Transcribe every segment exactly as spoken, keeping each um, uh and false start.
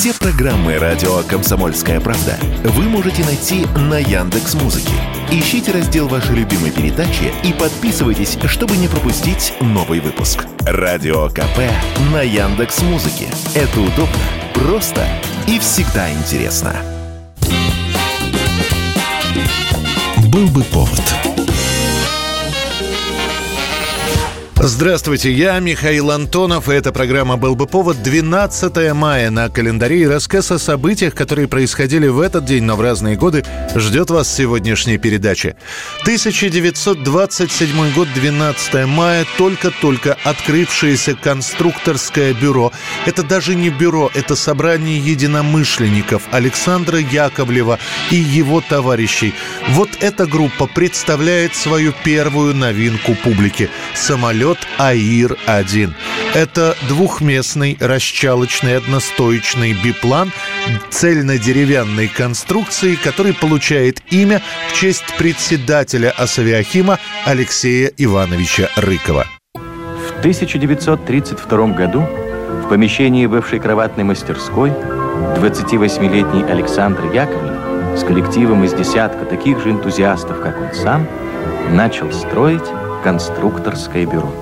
Все программы радио «Комсомольская правда» вы можете найти на Яндекс.Музыке. Ищите раздел вашей любимой передачи и подписывайтесь, чтобы не пропустить новый выпуск. Радио КП на Яндекс.Музыке. Это удобно, просто и всегда интересно. Был бы повод. Здравствуйте, я Михаил Антонов, и эта программа «Был бы повод». двенадцатое мая на календаре, и рассказ о событиях, которые происходили в этот день, но в разные годы, ждет вас в сегодняшней передаче. тысяча девятьсот двадцать седьмой год, двенадцатое мая, только-только открывшееся конструкторское бюро. Это даже не бюро, это собрание единомышленников Александра Яковлева и его товарищей. Вот эта группа представляет свою первую новинку публике – самолет Аир один. Это двухместный расчалочный одностоечный биплан цельнодеревянной конструкции, который получает имя в честь председателя Асавиахима Алексея Ивановича Рыкова. В тысяча девятьсот тридцать втором году в помещении бывшей кроватной мастерской двадцативосьмилетний Александр Яковлев с коллективом из десятка таких же энтузиастов, как он сам, начал строить конструкторское бюро.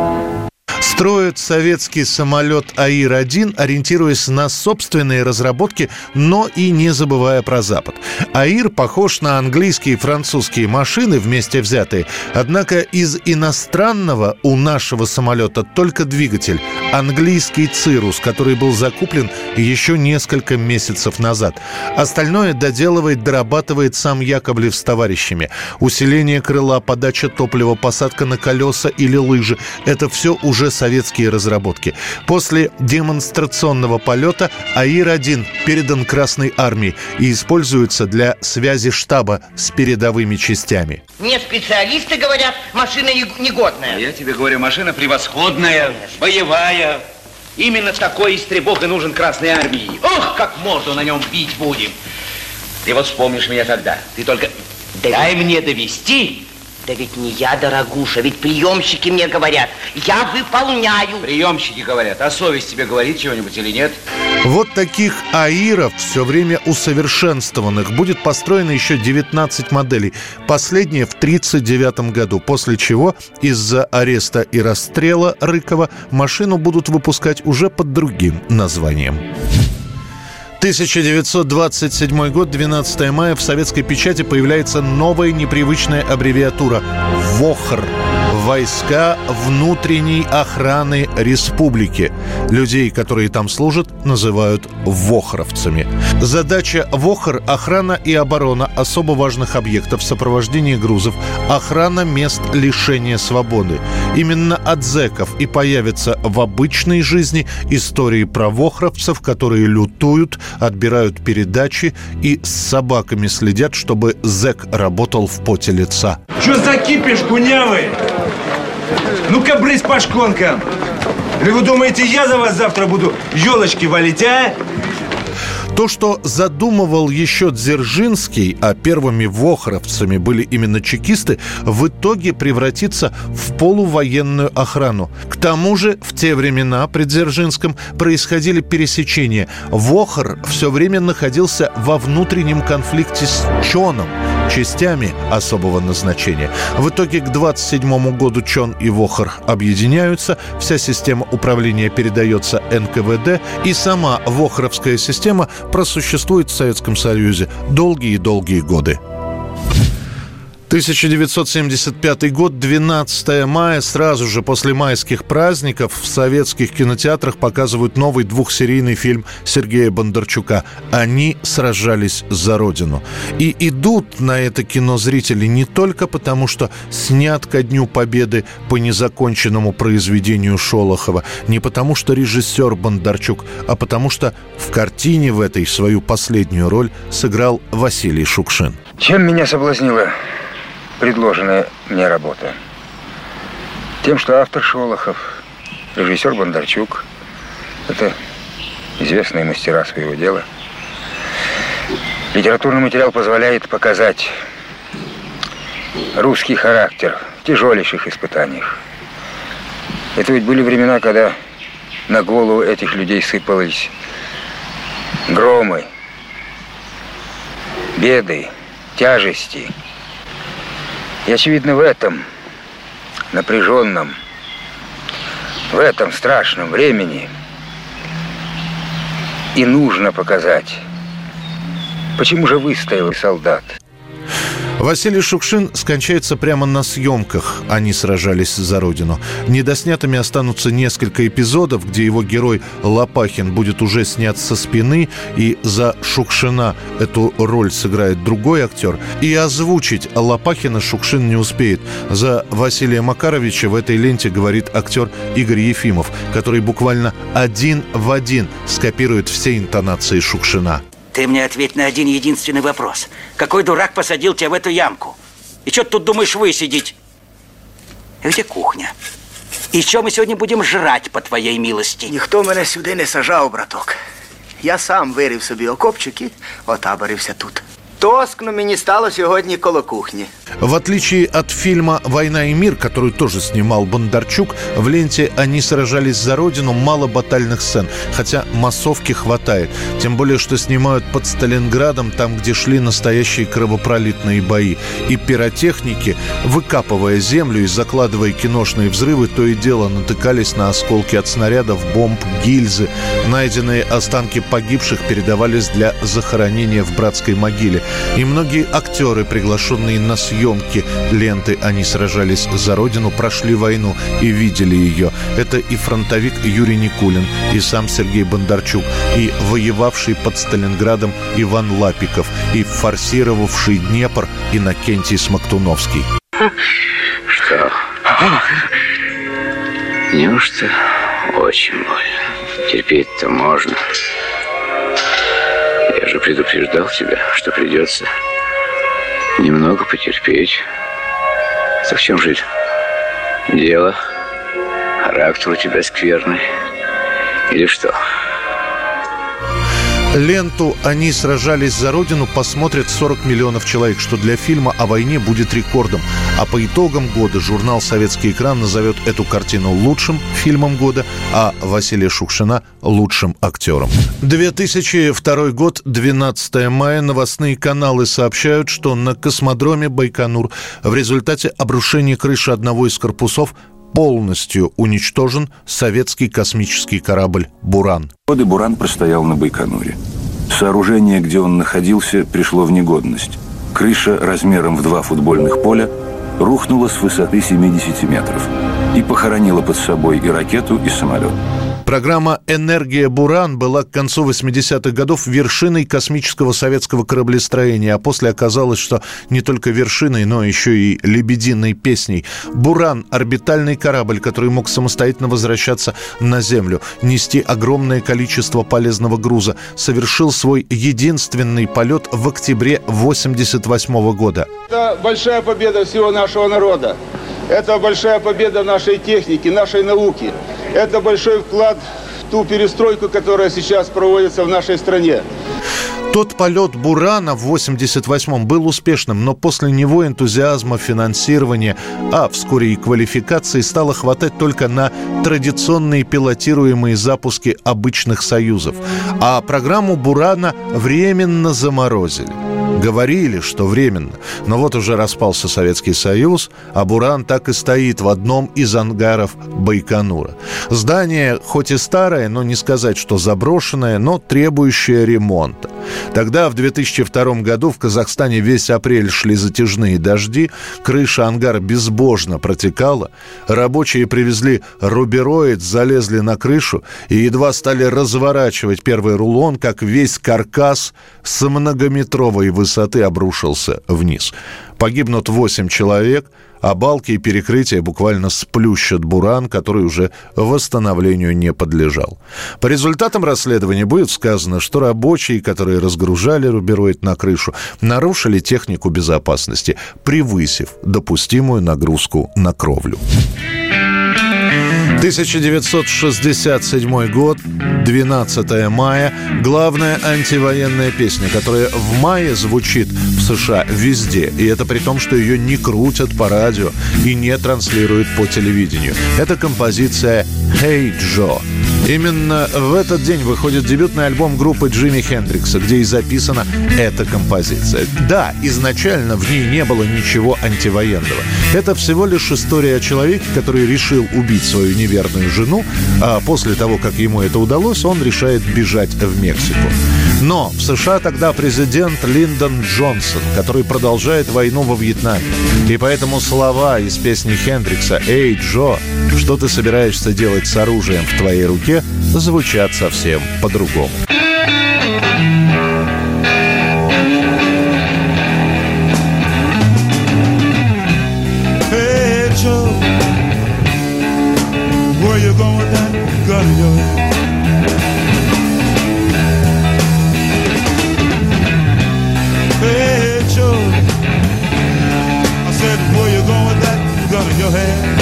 Строит советский самолет Аир один, ориентируясь на собственные разработки, но и не забывая про Запад. Аир похож на английские и французские машины вместе взятые, однако из иностранного у нашего самолета только двигатель – английский Цирус, который был закуплен еще несколько месяцев назад. Остальное доделывает, дорабатывает сам Яковлев с товарищами. Усиление крыла, подача топлива, посадка на колеса или лыжи – это все уже советские советские разработки. После демонстрационного полета Аир один передан Красной армии и используется для связи штаба с передовыми частями. Мне специалисты говорят, машина негодная. А я тебе говорю, машина превосходная, боевая. Именно такой истребок и нужен Красной армии. Ох, как морду на нем бить будем. Ты вот вспомнишь меня тогда. Ты только да дай ведь... мне довести. Да ведь не я, дорогуша, ведь приемщики мне говорят. Я выполняю. Приемщики говорят, а совесть тебе говорит чего-нибудь или нет? Вот таких Аиров, все время усовершенствованных, будет построено еще девятнадцать моделей. Последняя в тридцать девятом году, после чего из-за ареста и расстрела Рыкова машину будут выпускать уже под другим названием. тысяча девятьсот двадцать седьмой год, двенадцатое мая, в советской печати появляется новая непривычная аббревиатура ВОХР. Войска внутренней охраны республики. Людей, которые там служат, называют вохровцами. Задача ВОХР – охрана и оборона особо важных объектов, сопровождение грузов, охрана мест лишения свободы. Именно от зэков и появятся в обычной жизни истории про вохровцев, которые лютуют, отбирают передачи и с собаками следят, чтобы зэк работал в поте лица. Что за кипиш, кунявый? Ну-ка, брысь по шконкам. Или вы думаете, я за вас завтра буду елочки валить, а? То, что задумывал еще Дзержинский, а первыми вохровцами были именно чекисты, в итоге превратится в полувоенную охрану. К тому же в те времена при Дзержинском происходили пересечения. ВОХР все время находился во внутреннем конфликте с ЧОНом, частями особого назначения. В итоге к двадцать седьмому году ЧОН и ВОХР объединяются, вся система управления передается эн ка вэ дэ, и сама вохровская система просуществует в Советском Союзе долгие-долгие годы. тысяча девятьсот семьдесят пятый год, двенадцатое мая, сразу же после майских праздников в советских кинотеатрах показывают новый двухсерийный фильм Сергея Бондарчука «Они сражались за Родину». И идут на это кино зрители не только потому, что снят ко Дню Победы по незаконченному произведению Шолохова, не потому, что режиссер Бондарчук, а потому что в картине в этой свою последнюю роль сыграл Василий Шукшин. Чем меня соблазнила предложенная мне работа? Тем, что автор Шолохов, режиссер Бондарчук – это известные мастера своего дела. Литературный материал позволяет показать русский характер в тяжелейших испытаниях. Это ведь были времена, когда на голову этих людей сыпались Громы, беды, тяжести. И, очевидно, в этом напряженном, в этом страшном времени и нужно показать, почему же выстоял солдат. Василий Шукшин скончается прямо на съемках «Они сражались за Родину». Недоснятыми останутся несколько эпизодов, где его герой Лопахин будет уже снят со спины, и за Шукшина эту роль сыграет другой актер. И озвучить Лопахина Шукшин не успеет. За Василия Макаровича в этой ленте говорит актер Игорь Ефимов, который буквально один в один скопирует все интонации Шукшина. Ты мне ответь на один единственный вопрос. Какой дурак посадил тебя в эту ямку? И что ты тут думаешь высидеть? Где кухня? И что мы сегодня будем жрать, по твоей милости? Ніхто мене сюди не сажав, браток. Я сам вирив собі окопчик і отаборився тут. Тоскно мені стало сьогодні коло кухні. В отличие от фильма «Война и мир», который тоже снимал Бондарчук, в ленте «Они сражались за Родину» мало батальных сцен, хотя массовки хватает. Тем более, что снимают под Сталинградом, там, где шли настоящие кровопролитные бои. И пиротехники, выкапывая землю и закладывая киношные взрывы, то и дело натыкались на осколки от снарядов, бомб, гильзы. Найденные останки погибших передавались для захоронения в братской могиле. И многие актеры, приглашенные на съемки ленты «Они сражались за Родину», прошли войну и видели ее. Это и фронтовик Юрий Никулин, и сам Сергей Бондарчук, и воевавший под Сталинградом Иван Лапиков, и форсировавший Днепр Иннокентий Смоктуновский. Что? Неужто очень больно? Терпеть-то можно. Я же предупреждал тебя, что придется немного потерпеть. Так в чем же дело? Характер у тебя скверный. Или что? Ленту «Они сражались за Родину» посмотрят сорок миллионов человек, что для фильма о войне будет рекордом. А по итогам года журнал «Советский экран» назовет эту картину лучшим фильмом года, а Василия Шукшина – лучшим актером. две тысячи второй год, двенадцатое мая. Новостные каналы сообщают, что на космодроме Байконур в результате обрушения крыши одного из корпусов полностью уничтожен советский космический корабль «Буран». Годы «Буран» простоял на Байконуре. Сооружение, где он находился, пришло в негодность. Крыша размером в два футбольных поля рухнула с высоты семидесяти метров и похоронила под собой и ракету, и самолет. Программа «Энергия Буран» была к концу восьмидесятых годов вершиной космического советского кораблестроения, а после оказалось, что не только вершиной, но еще и лебединой песней. «Буран» — орбитальный корабль, который мог самостоятельно возвращаться на Землю, нести огромное количество полезного груза, совершил свой единственный полет в октябре восемьдесят восьмого года. Это большая победа всего нашего народа. Это большая победа нашей техники, нашей науки. Это большой вклад в ту перестройку, которая сейчас проводится в нашей стране. Тот полет «Бурана» в восемьдесят восьмом был успешным, но после него энтузиазма, финансирования, а вскоре и квалификации стало хватать только на традиционные пилотируемые запуски обычных союзов. А программу «Бурана» временно заморозили. Говорили, что временно. Но вот уже распался Советский Союз, а «Буран» так и стоит в одном из ангаров Байконура. Здание хоть и старое, но не сказать, что заброшенное, но требующее ремонта. Тогда, в две тысячи втором году, в Казахстане весь апрель шли затяжные дожди, крыша ангара безбожно протекала, рабочие привезли рубероид, залезли на крышу и едва стали разворачивать первый рулон, как весь каркас с многометровой высоты обрушился вниз. Погибнут восемь человек, а балки и перекрытия буквально сплющат «Буран», который уже восстановлению не подлежал. По результатам расследования будет сказано, что рабочие, которые разгружали рубероид на крышу, нарушили технику безопасности, превысив допустимую нагрузку на кровлю. тысяча девятьсот шестьдесят седьмой год, двенадцатое мая. Главная антивоенная песня, которая в мае звучит в США везде. И это при том, что ее не крутят по радио и не транслируют по телевидению. Это композиция «Hey Joe». Именно в этот день выходит дебютный альбом группы Джимми Хендрикса, где и записана эта композиция. Да, изначально в ней не было ничего антивоенного. Это всего лишь история о человеке, который решил убить свою неверную жену, а после того, как ему это удалось, он решает бежать в Мексику. Но в США тогда президент Линдон Джонсон, который продолжает войну во Вьетнаме. И поэтому слова из песни Хендрикса «Эй, Джо, что ты собираешься делать с оружием в твоей руке?» звучат совсем по-другому. Hey, Joe, where you going with that gun in your hand? Hey, Joe, I said, where you going with that gun in your hand?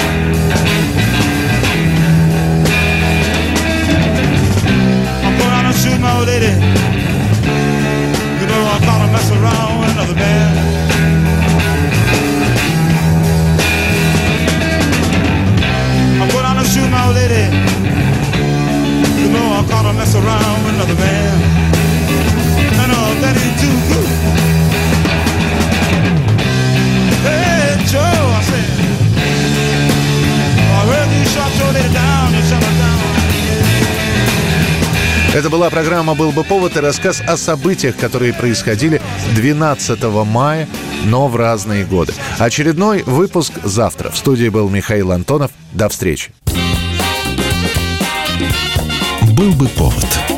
I'm going out and shoot my old lady. You know I'm gonna mess around with another man. I'm going out and shoot my old lady. You know I'm gonna mess around with another man. And uh, that ain't too good. Hey, Joe, I said, I heard you shot your lady down, you shot her down. Это была программа «Был бы повод» и рассказ о событиях, которые происходили двенадцатого мая, но в разные годы. Очередной выпуск завтра. В студии был Михаил Антонов. До встречи. «Был бы повод».